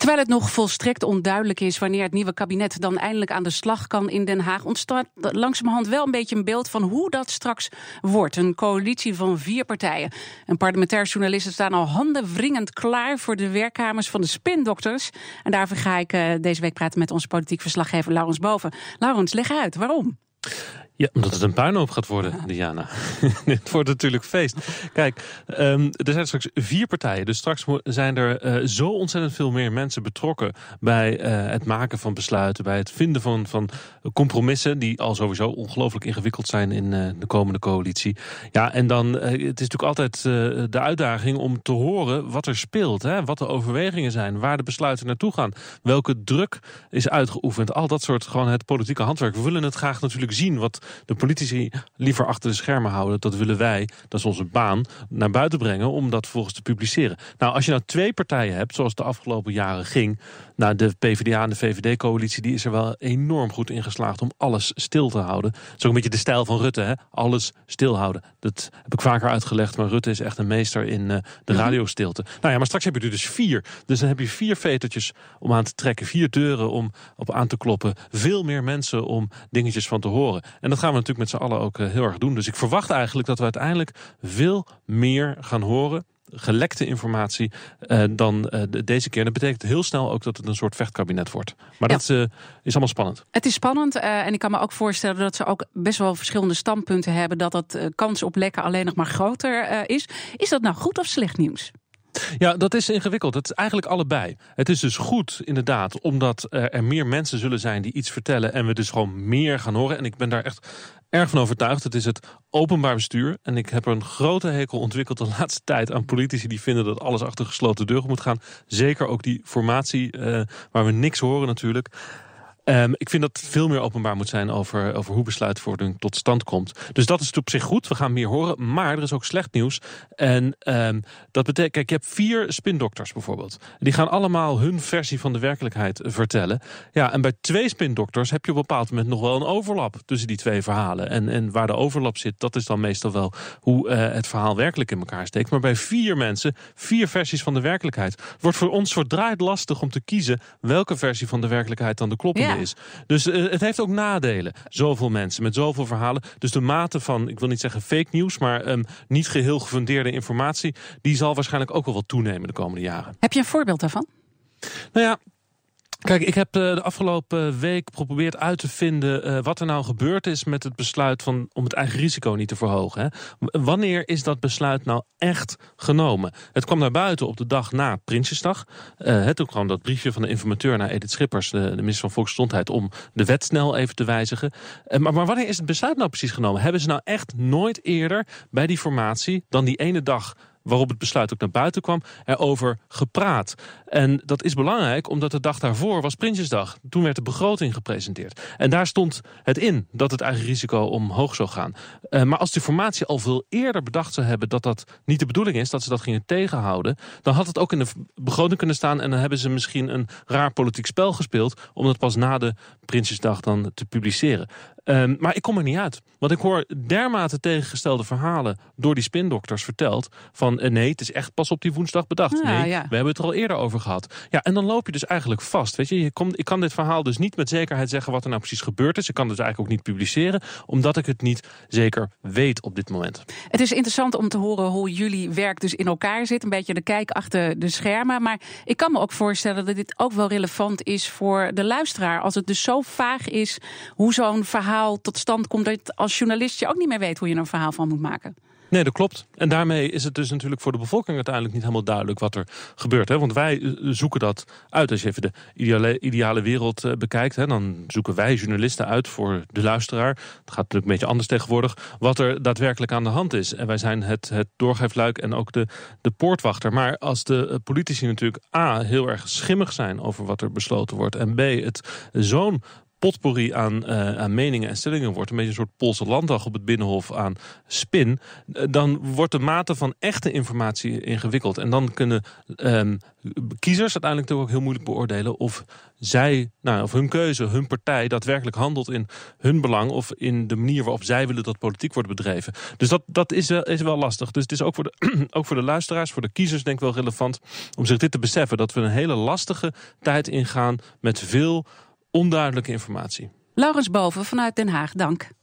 Terwijl het nog volstrekt onduidelijk is wanneer het nieuwe kabinet dan eindelijk aan de slag kan in Den Haag, ontstaat langzamerhand wel een beetje een beeld van hoe dat straks wordt. Een coalitie van 4 partijen. En parlementair journalisten staan al handenwringend klaar voor de werkkamers van de spindokters. En daarvoor ga ik deze week praten met onze politiek verslaggever Laurens Boven. Laurens, leg uit, waarom? Ja, omdat het een puinhoop gaat worden, Diana. Het wordt natuurlijk feest. Kijk, er zijn straks 4 partijen. Dus straks zijn er zo ontzettend veel meer mensen betrokken bij het maken van besluiten, bij het vinden van compromissen die al sowieso ongelooflijk ingewikkeld zijn in de komende coalitie. Ja, en dan, het is natuurlijk altijd de uitdaging om te horen wat er speelt. Hè? Wat de overwegingen zijn, waar de besluiten naartoe gaan. Welke druk is uitgeoefend. Al dat soort gewoon het politieke handwerk. We willen het graag natuurlijk zien wat de politici liever achter de schermen houden. Dat willen wij, dat is onze baan, naar buiten brengen om dat vervolgens te publiceren. Nou, als je nou 2 partijen hebt, zoals het de afgelopen jaren ging, nou, de PvdA en de VVD-coalitie, die is er wel enorm goed in geslaagd om alles stil te houden. Dat is ook een beetje de stijl van Rutte, hè? Alles stilhouden. Dat heb ik vaker uitgelegd, maar Rutte is echt een meester in de radiostilte. Nou ja, maar straks heb je er dus 4. Dus dan heb je 4 vetertjes om aan te trekken, 4 deuren om op aan te kloppen, veel meer mensen om dingetjes van te horen. En dat gaan we natuurlijk met z'n allen ook heel erg doen. Dus ik verwacht eigenlijk dat we uiteindelijk veel meer gaan horen, gelekte informatie, dan deze keer. Dat betekent heel snel ook dat het een soort vechtkabinet wordt. Maar dat is allemaal spannend. Het is spannend en ik kan me ook voorstellen dat ze ook best wel verschillende standpunten hebben, dat het kans op lekken alleen nog maar groter is. Is dat nou goed of slecht nieuws? Ja, dat is ingewikkeld. Het is eigenlijk allebei. Het is dus goed, inderdaad, omdat er meer mensen zullen zijn die iets vertellen en we dus gewoon meer gaan horen. En ik ben daar echt erg van overtuigd. Het is het openbaar bestuur. En ik heb een grote hekel ontwikkeld de laatste tijd aan politici die vinden dat alles achter gesloten deuren moet gaan. Zeker ook die formatie, waar we niks horen natuurlijk. Ik vind dat veel meer openbaar moet zijn over hoe besluitvorming tot stand komt. Dus dat is op zich goed. We gaan meer horen. Maar er is ook slecht nieuws. En dat betekent, kijk, je hebt 4 spindokters bijvoorbeeld. Die gaan allemaal hun versie van de werkelijkheid vertellen. Ja, en bij 2 spindokters heb je op een bepaald moment nog wel een overlap tussen die 2 verhalen. En waar de overlap zit, dat is dan meestal wel hoe het verhaal werkelijk in elkaar steekt. Maar bij 4 mensen, 4 versies van de werkelijkheid. Het wordt voor ons verdraaid lastig om te kiezen welke versie van de werkelijkheid dan de kloppende is. Dus het heeft ook nadelen. Zoveel mensen met zoveel verhalen. Dus de mate van, ik wil niet zeggen fake nieuws, maar niet geheel gefundeerde informatie, die zal waarschijnlijk ook wel wat toenemen de komende jaren. Heb je een voorbeeld daarvan? Nou ja, kijk, ik heb de afgelopen week geprobeerd uit te vinden wat er nou gebeurd is met het besluit om het eigen risico niet te verhogen. Hè. Wanneer is dat besluit nou echt genomen? Het kwam naar buiten op de dag na Prinsjesdag. Toen kwam dat briefje van de informateur naar Edith Schippers, de minister van Volksgezondheid, om de wet snel even te wijzigen. Maar wanneer is het besluit nou precies genomen? Hebben ze nou echt nooit eerder bij die formatie dan die ene dag waarop het besluit ook naar buiten kwam, erover gepraat? En dat is belangrijk, omdat de dag daarvoor was Prinsjesdag. Toen werd de begroting gepresenteerd. En daar stond het in dat het eigen risico omhoog zou gaan. Maar als de formatie al veel eerder bedacht zou hebben dat dat niet de bedoeling is, dat ze dat gingen tegenhouden, dan had het ook in de begroting kunnen staan en dan hebben ze misschien een raar politiek spel gespeeld om dat pas na de Prinsjesdag dan te publiceren. Maar ik kom er niet uit. Want ik hoor dermate tegengestelde verhalen door die spindokters verteld van nee, het is echt pas op die woensdag bedacht. We hebben het er al eerder over gehad. Ja, en dan loop je dus eigenlijk vast. Weet je, ik kan dit verhaal dus niet met zekerheid zeggen wat er nou precies gebeurd is. Ik kan het dus eigenlijk ook niet publiceren, omdat ik het niet zeker weet op dit moment. Het is interessant om te horen hoe jullie werk dus in elkaar zit. Een beetje de kijk achter de schermen. Maar ik kan me ook voorstellen dat dit ook wel relevant is voor de luisteraar. Als het dus zo vaag is hoe zo'n verhaal tot stand komt, dat als journalist je ook niet meer weet hoe je er een verhaal van moet maken. Nee, dat klopt. En daarmee is het dus natuurlijk voor de bevolking uiteindelijk niet helemaal duidelijk wat er gebeurt. Hè? Want wij zoeken dat uit. Als je even de ideale wereld bekijkt, hè, dan zoeken wij journalisten uit voor de luisteraar. Het gaat natuurlijk een beetje anders tegenwoordig, wat er daadwerkelijk aan de hand is. En wij zijn het doorgeefluik en ook de poortwachter. Maar als de politici natuurlijk A, heel erg schimmig zijn over wat er besloten wordt, en B, het zo'n potpourri aan meningen en stellingen wordt, een beetje een soort Poolse landdag op het Binnenhof aan spin, dan wordt de mate van echte informatie ingewikkeld. En dan kunnen kiezers uiteindelijk toch ook heel moeilijk beoordelen of zij, of hun keuze, hun partij daadwerkelijk handelt in hun belang of in de manier waarop zij willen dat politiek wordt bedreven. Dus dat is wel lastig. Dus het is ook voor de luisteraars, voor de kiezers denk ik wel relevant om zich dit te beseffen, dat we een hele lastige tijd ingaan met veel onduidelijke informatie. Laurens Boven vanuit Den Haag, dank.